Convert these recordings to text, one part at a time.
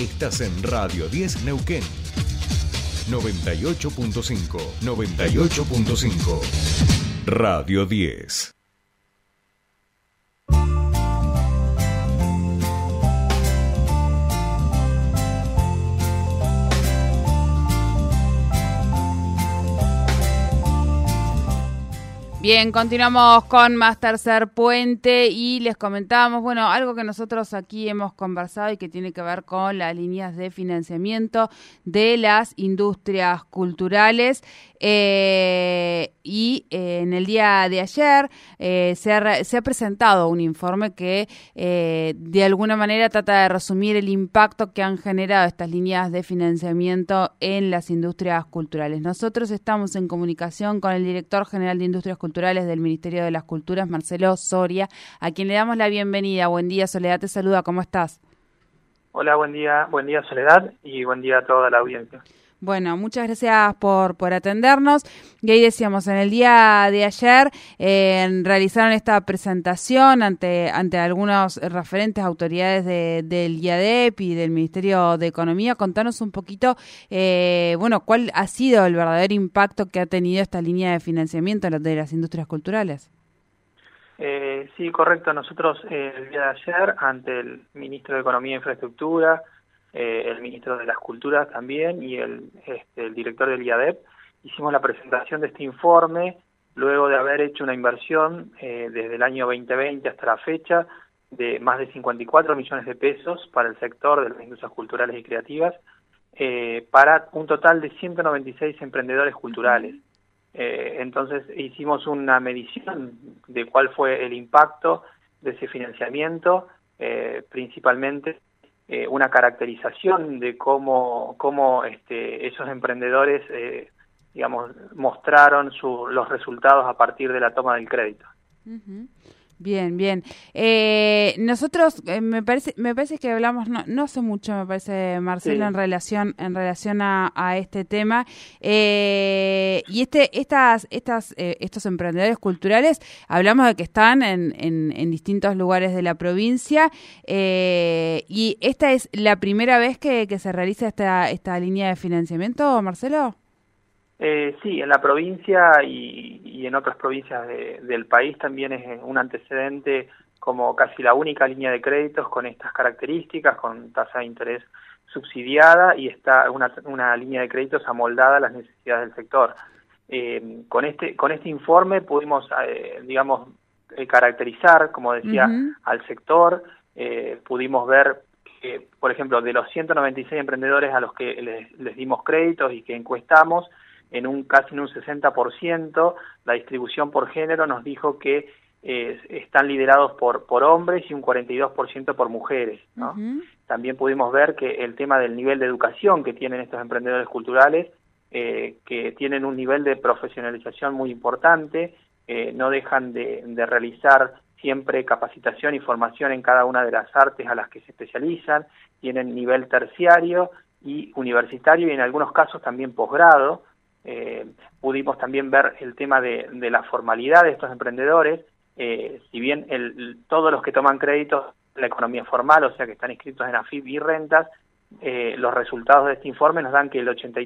Estás en Radio 10 Neuquén. 98.5. 98.5. Radio 10. Bien, continuamos con más Tercer Puente y les comentábamos, bueno, algo que nosotros aquí hemos conversado y que tiene que ver con las líneas de financiamiento de las industrias culturales. En el día de ayer se ha presentado un informe que de alguna manera trata de resumir el impacto que han generado estas líneas de financiamiento en las industrias culturales. Nosotros estamos en comunicación con el director general de Industrias Culturales del Ministerio de las Culturas, Marcelo Soria, a quien le damos la bienvenida. Buen día, Soledad, te saluda, ¿cómo estás? Hola, buen día Soledad, y buen día a toda la audiencia. Bueno, muchas gracias por atendernos. Y ahí decíamos, en el día de ayer realizaron esta presentación ante algunos referentes autoridades del IADEP y del Ministerio de Economía. Contanos un poquito, cuál ha sido el verdadero impacto que ha tenido esta línea de financiamiento de las industrias culturales. Sí, correcto. Nosotros el día de ayer, ante el Ministro de Economía e Infraestructura, el Ministro de las Culturas también y el director del IADEP, hicimos la presentación de este informe luego de haber hecho una inversión desde el año 2020 hasta la fecha de más de 54 millones de pesos para el sector de las industrias culturales y creativas, para un total de 196 emprendedores culturales. Entonces hicimos una medición de cuál fue el impacto de ese financiamiento, principalmente una caracterización de cómo esos emprendedores mostraron los resultados a partir de la toma del crédito. Uh-huh. Bien. Nosotros me parece que hablamos no hace mucho, me parece, Marcelo, sí, en relación a este tema, y estos emprendedores culturales, hablamos de que están en distintos lugares de la provincia, y esta es la primera vez que se realiza esta línea de financiamiento, Marcelo. Sí, en la provincia y en otras provincias del país también es un antecedente como casi la única línea de créditos con estas características, con tasa de interés subsidiada, y está una línea de créditos amoldada a las necesidades del sector. Con este informe pudimos, caracterizar, como decía, uh-huh, al sector. Pudimos ver que, por ejemplo, de los 196 emprendedores a los que les dimos créditos y que encuestamos, casi en un 60%, la distribución por género nos dijo que están liderados por hombres y un 42% por mujeres, ¿no? Uh-huh. También pudimos ver que el tema del nivel de educación que tienen estos emprendedores culturales, que tienen un nivel de profesionalización muy importante, no dejan de realizar siempre capacitación y formación en cada una de las artes a las que se especializan, tienen nivel terciario y universitario, y en algunos casos también posgrado. Pudimos también ver el tema de la formalidad de estos emprendedores. Si bien todos los que toman créditos en la economía formal, o sea que están inscritos en AFIP y rentas, los resultados de este informe nos dan que el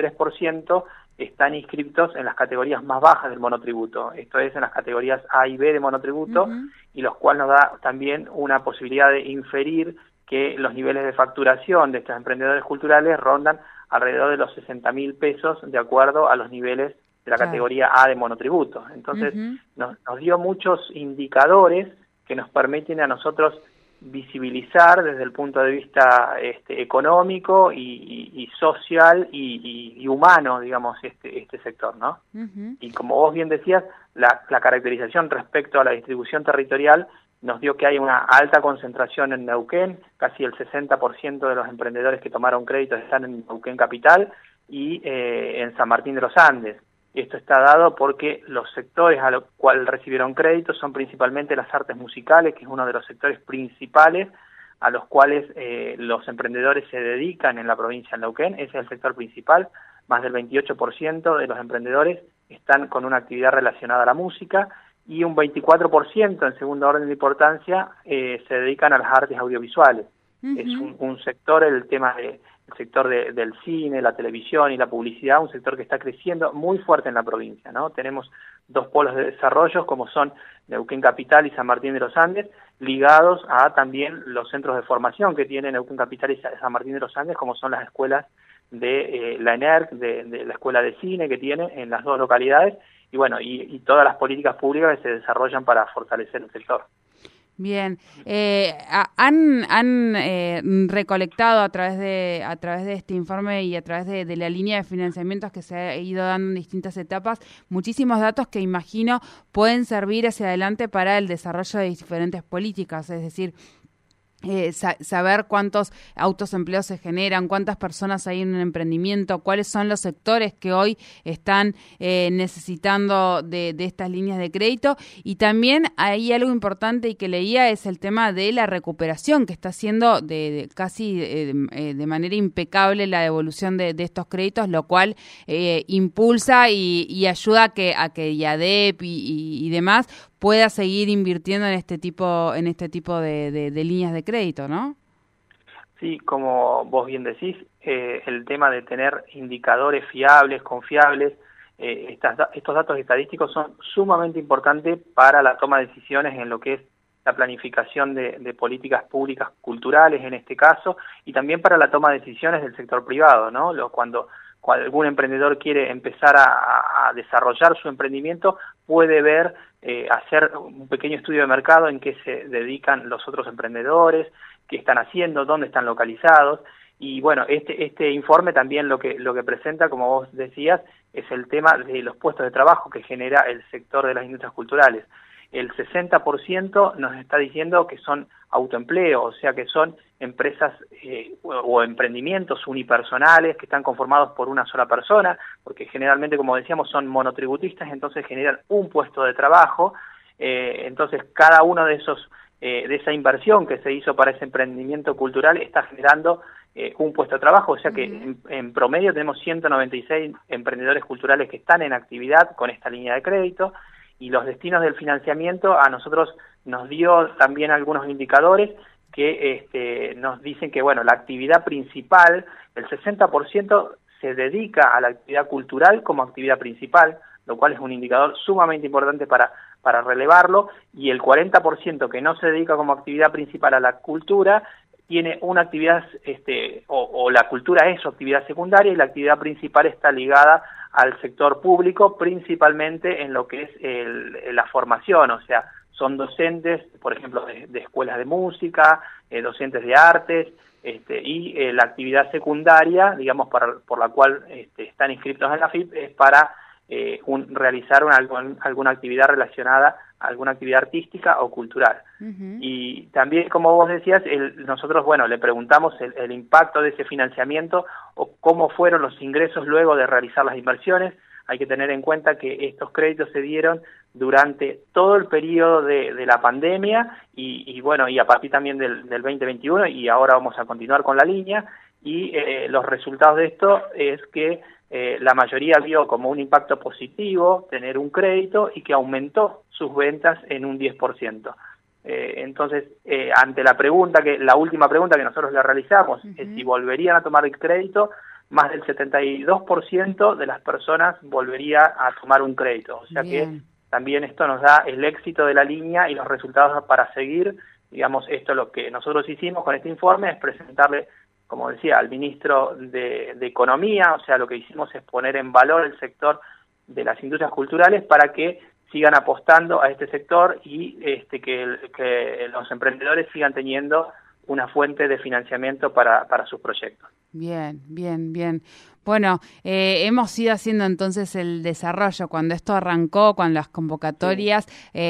83% están inscritos en las categorías más bajas del monotributo, esto es, en las categorías A y B de monotributo, uh-huh, y los cuales nos da también una posibilidad de inferir que los niveles de facturación de estos emprendedores culturales rondan alrededor de los 60.000 pesos, de acuerdo a los niveles de la categoría A de monotributo. Entonces, uh-huh, nos dio muchos indicadores que nos permiten a nosotros visibilizar desde el punto de vista económico y social y humano, digamos, este sector, ¿no? Uh-huh. Y como vos bien decías, la caracterización respecto a la distribución territorial nos dio que hay una alta concentración en Neuquén, casi el 60% de los emprendedores que tomaron créditos están en Neuquén Capital y en San Martín de los Andes. Esto está dado porque los sectores a los cuales recibieron créditos son principalmente las artes musicales, que es uno de los sectores principales a los cuales los emprendedores se dedican en la provincia de Neuquén. Ese es el sector principal. Más del 28% de los emprendedores están con una actividad relacionada a la música, y un 24% en segunda orden de importancia se dedican a las artes audiovisuales. Es un sector, el sector del cine, la televisión y la publicidad, un sector que está creciendo muy fuerte en la provincia, ¿no? Tenemos 2 polos de desarrollo como son Neuquén Capital y San Martín de los Andes, ligados a también los centros de formación que tiene Neuquén Capital y San Martín de los Andes, como son las escuelas de la ENERC, de la Escuela de Cine que tiene en las 2 localidades, y bueno, y todas las políticas públicas que se desarrollan para fortalecer el sector. Bien, han recolectado a través de este informe y a través de la línea de financiamientos que se ha ido dando en distintas etapas, muchísimos datos que imagino pueden servir hacia adelante para el desarrollo de diferentes políticas, es decir, saber cuántos autoempleos se generan, cuántas personas hay en un emprendimiento, cuáles son los sectores que hoy están necesitando de estas líneas de crédito, y también hay algo importante y que leía es el tema de la recuperación que está haciendo casi de manera impecable la devolución de estos créditos, lo cual impulsa y ayuda a que IADEP y demás pueda seguir invirtiendo en este tipo de líneas de crédito, ¿no? Sí, como vos bien decís, el tema de tener indicadores fiables, confiables, estos datos estadísticos son sumamente importantes para la toma de decisiones en lo que es la planificación de políticas públicas culturales en este caso, y también para la toma de decisiones del sector privado, ¿no? Cuando algún emprendedor quiere empezar a desarrollar su emprendimiento, puede ver, hacer un pequeño estudio de mercado en qué se dedican los otros emprendedores, qué están haciendo, dónde están localizados. Y bueno, este informe también lo que presenta, como vos decías, es el tema de los puestos de trabajo que genera el sector de las industrias culturales. El 60% nos está diciendo que son autoempleo, o sea que son empresas o emprendimientos unipersonales que están conformados por una sola persona, porque generalmente, como decíamos, son monotributistas, entonces generan un puesto de trabajo. Entonces cada uno de esa inversión que se hizo para ese emprendimiento cultural está generando un puesto de trabajo, o sea que en promedio tenemos 196 emprendedores culturales que están en actividad con esta línea de crédito. Y los destinos del financiamiento a nosotros nos dio también algunos indicadores que nos dicen que, bueno, la actividad principal, el 60% se dedica a la actividad cultural como actividad principal, lo cual es un indicador sumamente importante para relevarlo, y el 40% que no se dedica como actividad principal a la cultura tiene una actividad, o la cultura es su actividad secundaria, y la actividad principal está ligada al sector público, principalmente en lo que es la formación, o sea, son docentes, por ejemplo, de escuelas de música, docentes de artes, y la actividad secundaria, digamos, por la cual están inscritos en la FIP, es para realizar alguna actividad relacionada a alguna actividad artística o cultural. Y también, como vos decías, nosotros, bueno, le preguntamos el impacto de ese financiamiento o cómo fueron los ingresos luego de realizar las inversiones. Hay que tener en cuenta que estos créditos se dieron durante todo el periodo de la pandemia y bueno, y a partir también del 2021, y ahora vamos a continuar con la línea, y los resultados de esto es que la mayoría vio como un impacto positivo tener un crédito y que aumentó sus ventas en un 10%. Entonces, ante la última pregunta que nosotros le realizamos, es si volverían a tomar el crédito, más del 72% de las personas volvería a tomar un crédito. O sea que también esto nos da el éxito de la línea y los resultados para seguir. Digamos, esto lo que nosotros hicimos con este informe es presentarle, como decía, al ministro de Economía, o sea, lo que hicimos es poner en valor el sector de las industrias culturales para que sigan apostando a este sector y que los emprendedores sigan teniendo una fuente de financiamiento para sus proyectos. Bien. Bueno, hemos ido haciendo entonces el desarrollo cuando esto arrancó, con las convocatorias,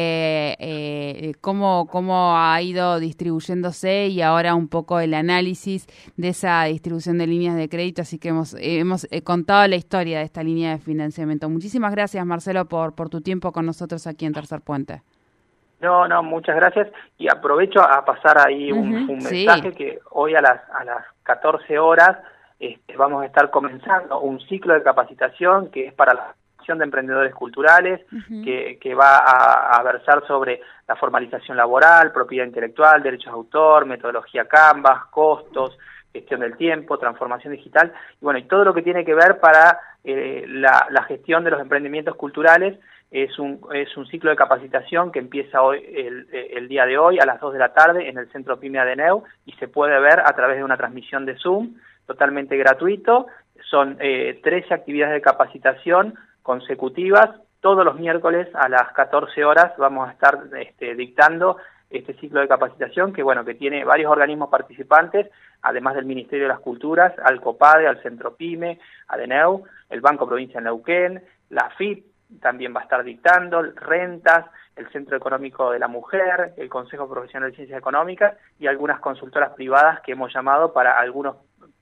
cómo ha ido distribuyéndose y ahora un poco el análisis de esa distribución de líneas de crédito, así que hemos contado la historia de esta línea de financiamiento. Muchísimas gracias, Marcelo, por tu tiempo con nosotros aquí en Tercer Puente. No, muchas gracias, y aprovecho a pasar ahí un mensaje que hoy a las 14 horas vamos a estar comenzando un ciclo de capacitación que es para la formación de emprendedores culturales, que va a versar sobre la formalización laboral, propiedad intelectual, derechos de autor, metodología Canvas, costos, gestión del tiempo, transformación digital, y bueno, y todo lo que tiene que ver para la gestión de los emprendimientos culturales. Es un ciclo de capacitación que empieza hoy, el día de hoy a las 2 de la tarde en el Centro PYME ADENEU, y se puede ver a través de una transmisión de Zoom totalmente gratuito. Son 13 actividades de capacitación consecutivas. Todos los miércoles a las 14 horas vamos a estar dictando este ciclo de capacitación que tiene varios organismos participantes, además del Ministerio de las Culturas, al COPADE, al Centro PYME, ADENEU, el Banco Provincia de Neuquén, la FIP también va a estar dictando, Rentas, el Centro Económico de la Mujer, el Consejo Profesional de Ciencias Económicas y algunas consultoras privadas que hemos llamado para algunas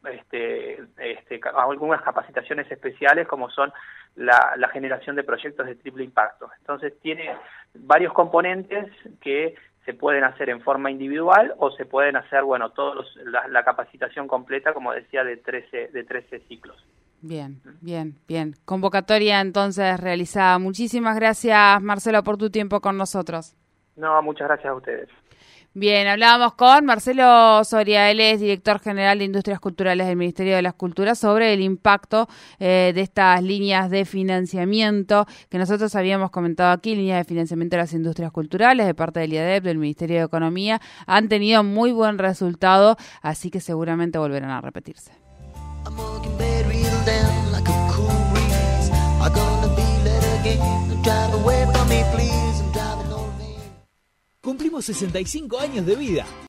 capacitaciones especiales, como son la generación de proyectos de triple impacto. Entonces tiene varios componentes que se pueden hacer en forma individual o se pueden hacer, la capacitación completa, como decía, de 13 ciclos. Bien. Convocatoria entonces realizada. Muchísimas gracias, Marcelo, por tu tiempo con nosotros. No, muchas gracias a ustedes. Bien, hablábamos con Marcelo Soria, él es director general de Industrias Culturales del Ministerio de las Culturas, sobre el impacto de estas líneas de financiamiento que nosotros habíamos comentado aquí, líneas de financiamiento de las industrias culturales de parte del IADEP, del Ministerio de Economía. Han tenido muy buen resultado, así que seguramente volverán a repetirse. Cumplimos 65 años de vida.